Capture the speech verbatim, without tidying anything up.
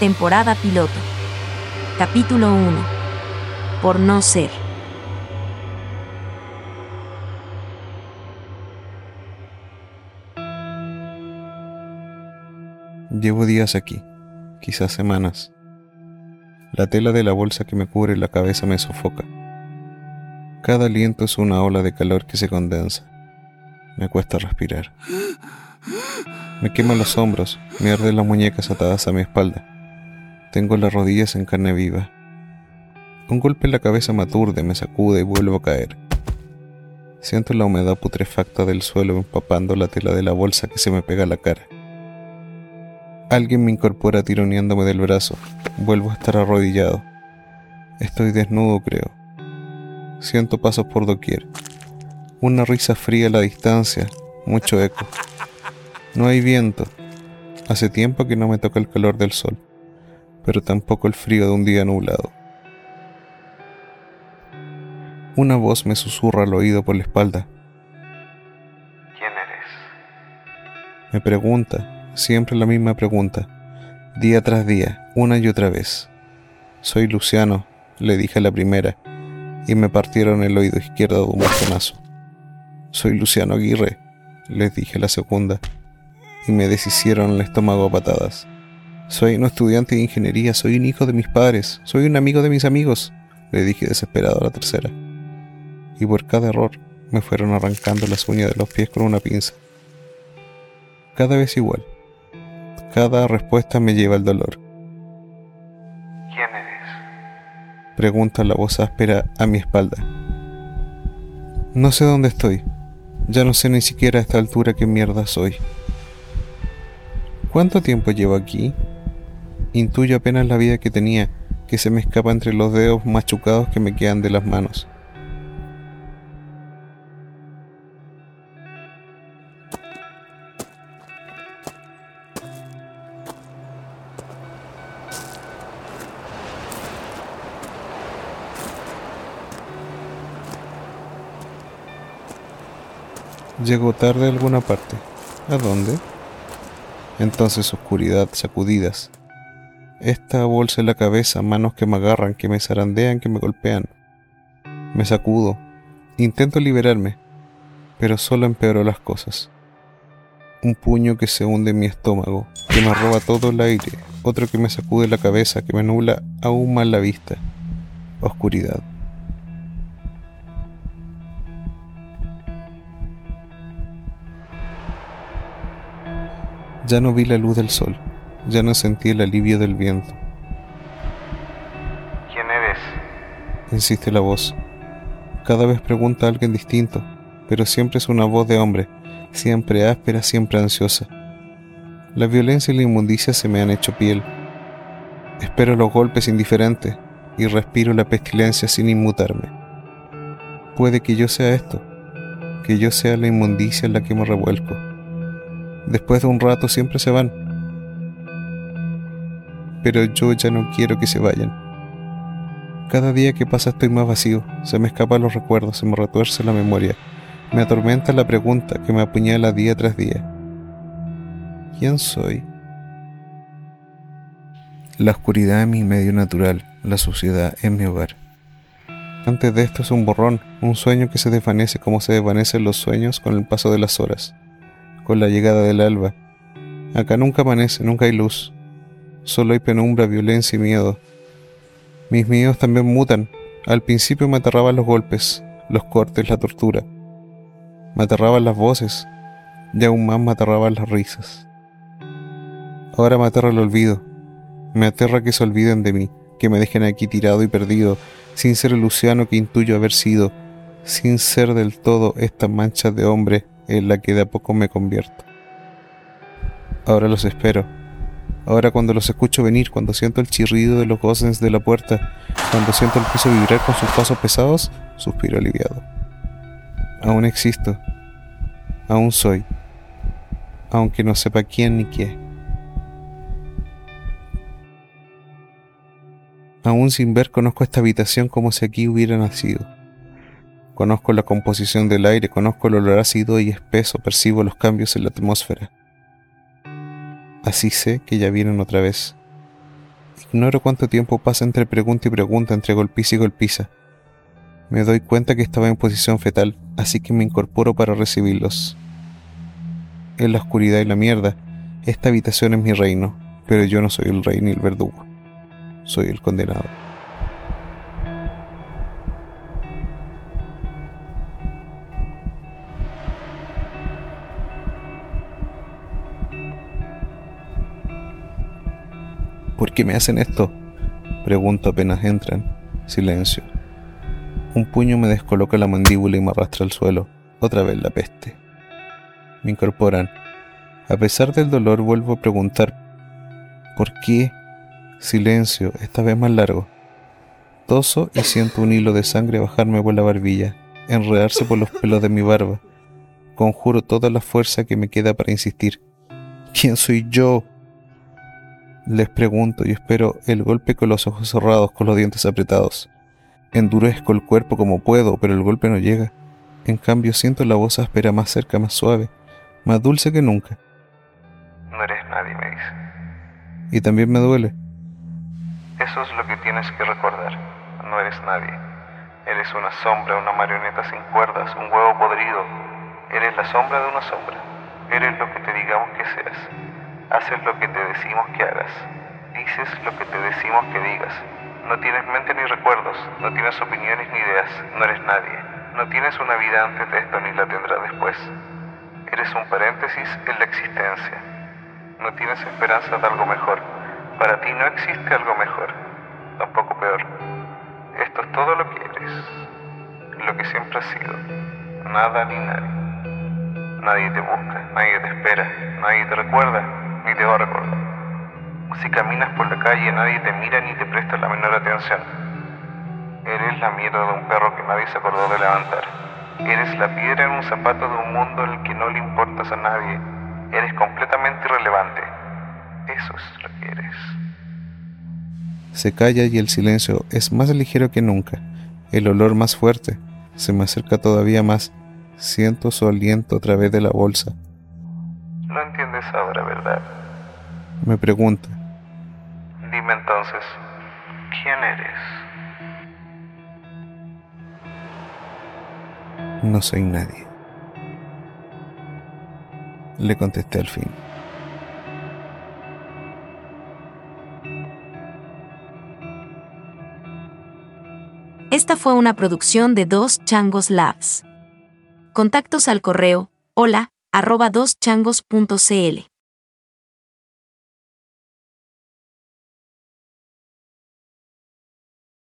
Temporada piloto. Capítulo uno. Por no ser. Llevo días aquí, quizás semanas. La tela de la bolsa que me cubre la cabeza me sofoca. Cada aliento es una ola de calor que se condensa. Me cuesta respirar. Me queman los hombros, me arden las muñecas atadas a mi espalda. Tengo las rodillas en carne viva. Un golpe en la cabeza me aturde, me sacude y vuelvo a caer. Siento la humedad putrefacta del suelo empapando la tela de la bolsa que se me pega a la cara. Alguien me incorpora tironeándome del brazo. Vuelvo a estar arrodillado. Estoy desnudo, creo. Siento pasos por doquier. Una risa fría a la distancia, mucho eco. No hay viento. Hace tiempo que no me toca el calor del sol, pero tampoco el frío de un día nublado. Una voz me susurra al oído por la espalda. ¿Quién eres? Me pregunta, siempre la misma pregunta, día tras día, una y otra vez. Soy Luciano, le dije a la primera, y me partieron el oído izquierdo de un bastonazo. Soy Luciano Aguirre, les dije a la segunda, y me deshicieron el estómago a patadas. Soy un estudiante de ingeniería, soy un hijo de mis padres, soy un amigo de mis amigos, le dije desesperado a la tercera. Y por cada error me fueron arrancando las uñas de los pies con una pinza. Cada vez igual. Cada respuesta me lleva al dolor. ¿Quién eres? Pregunta la voz áspera a mi espalda. No sé dónde estoy. Ya no sé ni siquiera a esta altura qué mierda soy. ¿Cuánto tiempo llevo aquí? Intuyo apenas la vida que tenía, que se me escapa entre los dedos machucados que me quedan de las manos. Llego tarde a alguna parte. ¿A dónde? Entonces oscuridad, sacudidas. Esta bolsa en la cabeza, manos que me agarran, que me zarandean, que me golpean. Me sacudo. Intento liberarme, pero solo empeoro las cosas. Un puño que se hunde en mi estómago, que me roba todo el aire. Otro que me sacude la cabeza, que me nubla aún más la vista. Oscuridad. Ya no vi la luz del sol, ya no sentí el alivio del viento. ¿Quién eres? Insiste la voz. Cada vez pregunta a alguien distinto, pero siempre es una voz de hombre, siempre áspera, siempre ansiosa. La violencia y la inmundicia se me han hecho piel. Espero los golpes indiferentes y respiro la pestilencia sin inmutarme. Puede que yo sea esto, que yo sea la inmundicia en la que me revuelco. Después de un rato siempre se van. Pero yo ya no quiero que se vayan. Cada día que pasa estoy más vacío. Se me escapan los recuerdos, se me retuerce la memoria. Me atormenta la pregunta que me apuñala día tras día. ¿Quién soy? La oscuridad es mi medio natural. La suciedad es mi hogar. Antes de esto es un borrón, un sueño que se desvanece como se desvanecen los sueños con el paso de las horas. Con la llegada del alba. Acá nunca amanece, nunca hay luz. Solo hay penumbra, violencia y miedo. Mis miedos también mutan. Al principio me aterraban los golpes, los cortes, la tortura. Me aterraban las voces, y aún más me aterraban las risas. Ahora me aterra el olvido. Me aterra que se olviden de mí, que me dejen aquí tirado y perdido, sin ser el Luciano que intuyo haber sido, sin ser del todo esta mancha de hombre en la que de a poco me convierto. Ahora los espero. Ahora cuando los escucho venir, cuando siento el chirrido de los goznes de la puerta, cuando siento el piso vibrar con sus pasos pesados, suspiro aliviado. Aún existo. Aún soy. Aunque no sepa quién ni qué. Aún sin ver conozco esta habitación como si aquí hubiera nacido. Conozco la composición del aire, conozco el olor ácido y espeso, percibo los cambios en la atmósfera. Así sé que ya vienen otra vez. Ignoro cuánto tiempo pasa entre pregunta y pregunta, entre golpiza y golpiza. Me doy cuenta que estaba en posición fetal, así que me incorporo para recibirlos. En la oscuridad y la mierda, esta habitación es mi reino, pero yo no soy el rey ni el verdugo. Soy el condenado. ¿Por qué me hacen esto?, pregunto apenas entran. Silencio. Un puño me descoloca la mandíbula y me arrastra al suelo. Otra vez la peste. Me incorporan. A pesar del dolor vuelvo a preguntar: ¿por qué? Silencio, esta vez más largo. Toso y siento un hilo de sangre bajarme por la barbilla, enredarse por los pelos de mi barba. Conjuro toda la fuerza que me queda para insistir. ¿Quién soy yo?, les pregunto, y espero el golpe con los ojos cerrados, con los dientes apretados. Endurezco el cuerpo como puedo, pero el golpe no llega. En cambio siento la voz áspera más cerca, más suave, más dulce que nunca. No eres nadie, me dice. Y también me duele. Eso es lo que tienes que recordar. No eres nadie. Eres una sombra, una marioneta sin cuerdas, un huevo podrido. Eres la sombra de una sombra. Eres lo que te digamos que seas. Haces lo que te decimos que hagas. Dices lo que te decimos que digas. No tienes mente ni recuerdos. No tienes opiniones ni ideas. No eres nadie. No tienes una vida antes de esto ni la tendrás después. Eres un paréntesis en la existencia. No tienes esperanza de algo mejor. Para ti no existe algo mejor. Tampoco peor. Esto es todo lo que eres. Lo que siempre has sido. Nada ni nadie. Nadie te busca. Nadie te espera. Nadie te recuerda. Ni te va a recordar. Si caminas por la calle, nadie te mira ni te presta la menor atención. Eres la mierda de un perro que nadie se acordó de levantar. Eres la piedra en un zapato de un mundo en el que no le importas a nadie. Eres completamente irrelevante. Eso es lo que eres. Se calla y el silencio es más ligero que nunca. El olor más fuerte. Se me acerca todavía más. Siento su aliento a través de la bolsa. No entiendes ahora, ¿verdad? Me pregunta. Dime entonces, ¿quién eres? No soy nadie, le contesté al fin. Esta fue una producción de Dos Changos Labs. Contactos al correo hola arroba dos changos punto cl.